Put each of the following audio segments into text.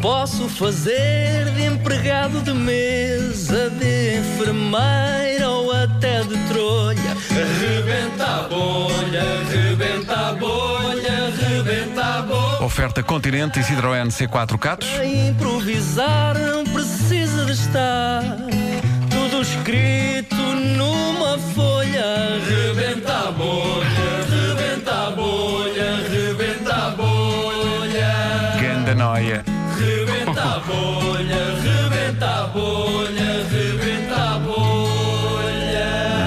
Posso fazer de empregado de mesa, de enfermeira ou até de trolha. Rebenta a bolha, rebenta a bolha, rebenta a bolha. Oferta Continente e Citroën C4 Catos. Para improvisar não precisa de estar tudo escrito numa folha. Rebenta a bolha, rebenta a bolha, rebenta a bolha. Ganda noia. Rebenta a bolha, rebenta a bolha, rebenta a bolha.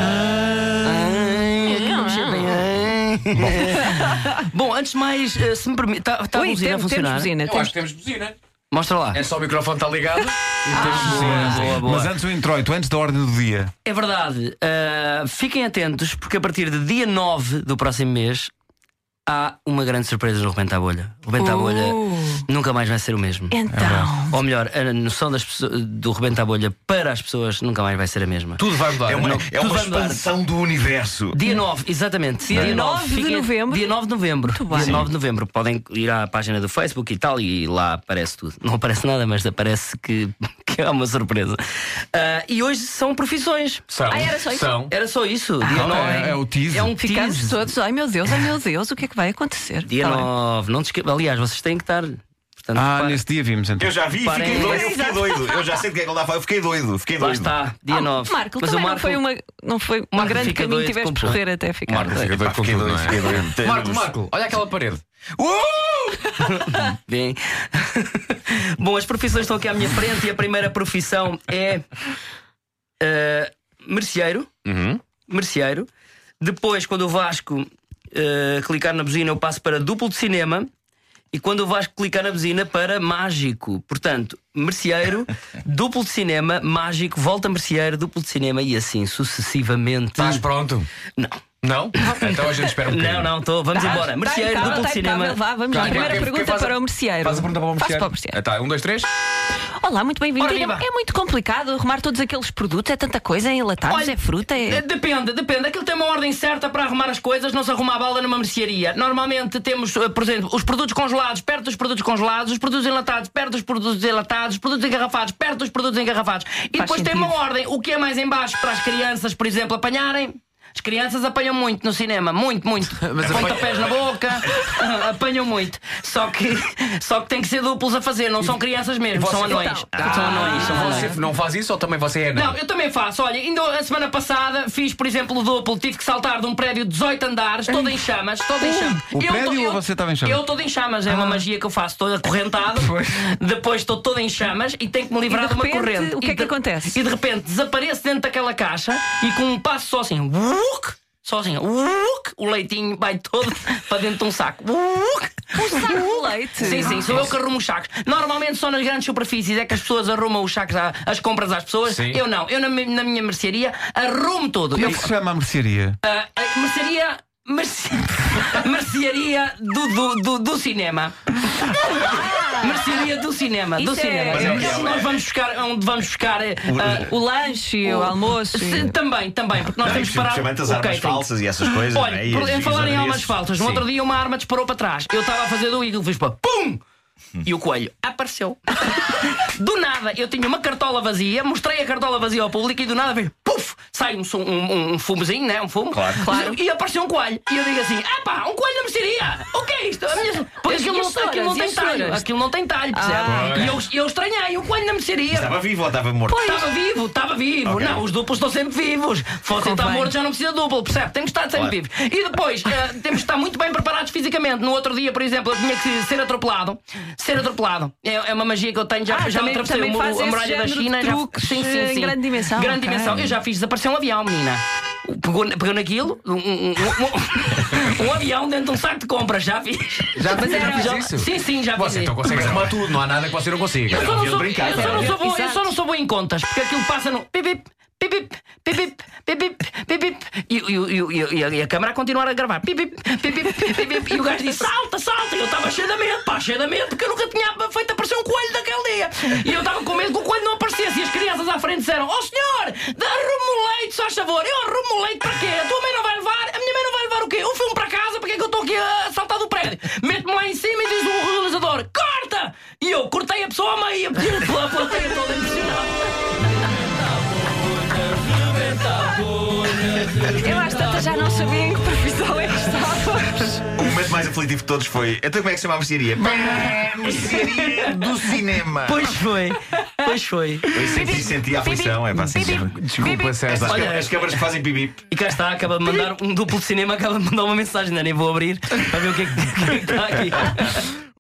Bom, antes de mais, se me permite, está a buzina a funcionar? Temos buzina, Eu acho que temos buzina. Mostra lá. É só o microfone está ligado e temos buzina. Boa. Mas antes o introito, antes da ordem do dia. É verdade. Fiquem atentos, porque a partir de dia 9 do próximo mês há uma grande surpresa no Rebenta a Bolha. O Rebenta a Bolha nunca mais vai ser o mesmo. Então, Ou melhor, a noção do Rebenta a Bolha para as pessoas nunca mais vai ser a mesma. Tudo vai mudar. É uma tudo vai mudar. expansão do universo. Dia 9, exatamente. Dia 9 de novembro? Dia 9 de novembro. Muito bem. Dia 9 de novembro. Podem ir à página do Facebook e tal, e lá aparece tudo. Não aparece nada, mas aparece que é uma surpresa. E hoje são profissões. São. era só isso? São. Era só isso. Dia 9. É o teaser. É um ficamos teaser. todos, ai meu Deus, o que é que vai acontecer? Dia Tá bem. 9. Não te esque... Aliás, vocês têm que estar. Portanto, Nesse dia vimos então. Eu já vi e Parem. fiquei doido, eu fiquei doido. Eu já sei do que é que ele dá a falar, eu fiquei doido. Lá está, dia 9. Marco, Mas também o Marco não foi um Marco grande fica caminho que doido tiveste com de tudo. correr até ficar Marco doido. fica doido com Fiquei tudo, doido, não é? fiquei doido. Marco, olha aquela parede. Bem. Bom, as profissões estão aqui à minha frente e a primeira profissão é merceeiro. Merceeiro. Depois, quando o Vasco clicar na buzina, eu passo para duplo de cinema. E quando o Vasco clicar na buzina, para mágico. Portanto, merceeiro, duplo de cinema, mágico, volta merceeiro, duplo de cinema e assim sucessivamente. Estás pronto? Não. Não? Então a gente espera um bocadinho. Não, vamos embora. Merceeiro, duplo de cinema. Vá, vamos lá. Claro, Primeira quem pergunta faz para o merceeiro. Faz a pergunta para o Faço merceeiro. para o merceeiro. Tá, 1, 2, 3. Olá, muito bem-vindo. Ora, viva. É muito complicado arrumar todos aqueles produtos, é tanta coisa, é enlatados, Olha, é fruta, é... Depende. Aquilo tem uma ordem certa para arrumar as coisas, não se arruma a bala numa mercearia. Normalmente temos, por exemplo, os produtos congelados perto dos produtos congelados, os produtos enlatados perto dos produtos enlatados, os produtos engarrafados perto dos produtos engarrafados. E depois tem uma ordem, o que é mais em baixo para as crianças, por exemplo, apanharem. As crianças apanham muito no cinema, muito. Pontapés na boca, apanham muito. Só que tem que ser duplos a fazer, não são crianças mesmo, são anões. São anões. Você não faz isso ou também você é Não, eu também faço. Olha, ainda a semana passada fiz, por exemplo, o duplo. Tive que saltar de um prédio de 18 andares, todo em chamas. O prédio ou você estava em chamas? Eu todo em chamas, é uma magia que eu faço, todo acorrentado. Depois estou todo em chamas e tenho que me livrar E de de uma repente, corrente. o que é que acontece? E de repente desapareço dentro daquela caixa e com um passo só assim. O leitinho vai todo para dentro de um saco. Um saco de leite. Sim, sou eu que arrumo os sacos. Normalmente só nas grandes superfícies é que as pessoas arrumam os sacos, as compras às pessoas. Sim. Eu não, eu na minha mercearia arrumo tudo. Como é que se chama a mercearia? Mercearia do cinema. Mercearia do cinema. Isso é- Onde nós vamos buscar O lanche, o almoço. também, porque nós temos que parar Chamando as o armas catering. falsas e essas coisas. Olha, não é? E em falar em os armas falsas, no Sim. outro dia uma arma disparou para trás. Eu estava a fazer do Eagle, fiz para PUM! E o coelho apareceu. Do nada, eu tinha uma cartola vazia, mostrei a cartola vazia ao público e do nada veio, puf! Sai um fumozinho, né? Um fumo. Claro. E apareceu um coelho. E eu digo assim: epá, um coelho na mercearia! O que é isto? Porque aquilo não tem talho. Aquilo não tem talho, percebe? E eu estranhei, o coelho na mercearia. Estava vivo ou estava morto? Estava vivo. Ok. Não, os duplos estão sempre vivos. Fosse estar morto já não precisa de duplo, percebe? Temos que estar sempre vivos. E depois temos que estar muito bem preparados fisicamente. No outro dia, por exemplo, eu tinha que ser atropelado. É uma magia que eu tenho. Já atravessei a muralha da China. Sim. Em grande dimensão. Grande dimensão. Eu já fiz desaparecer um avião, menina. Pegou naquilo, um avião dentro de um saco de compras, já fiz. Já fiz isso? Sim, já fiz. Você então consegue arrumar tudo, não há nada que você não consiga. Eu Exato. só não sou bom em contas, porque aquilo passa no pip, pip, pip, pip, pip, e a câmara a continuar a gravar. Pip, e o gajo disse: salta. E eu estava cheio de medo, porque eu nunca tinha feito aparecer um coelho daquele dia. E eu estava com medo que o coelho não aparecesse. E as crianças à frente disseram: ó senhor, arrume o leite, só favor. Eu arrumo o leite para quê? A tua mãe não vai levar? A minha mãe não vai levar o quê? Um filme para casa? Porque é que eu estou aqui a saltar do prédio? Mete-me lá em cima e diz o realizador: corta! E eu cortei a pessoa Eu às tantas já não sabia em que profissão é que estávamos. O momento mais aflitivo de todos foi: então como é que se chama a mercearia? Mercearia do cinema. Pois foi. Eu senti a aflição, é pá, Desculpa, César. Olha, as câmaras que fazem bip. E cá está, acaba de mandar um duplo de cinema, acaba de mandar uma mensagem, nem vou abrir para ver o que é que está aqui.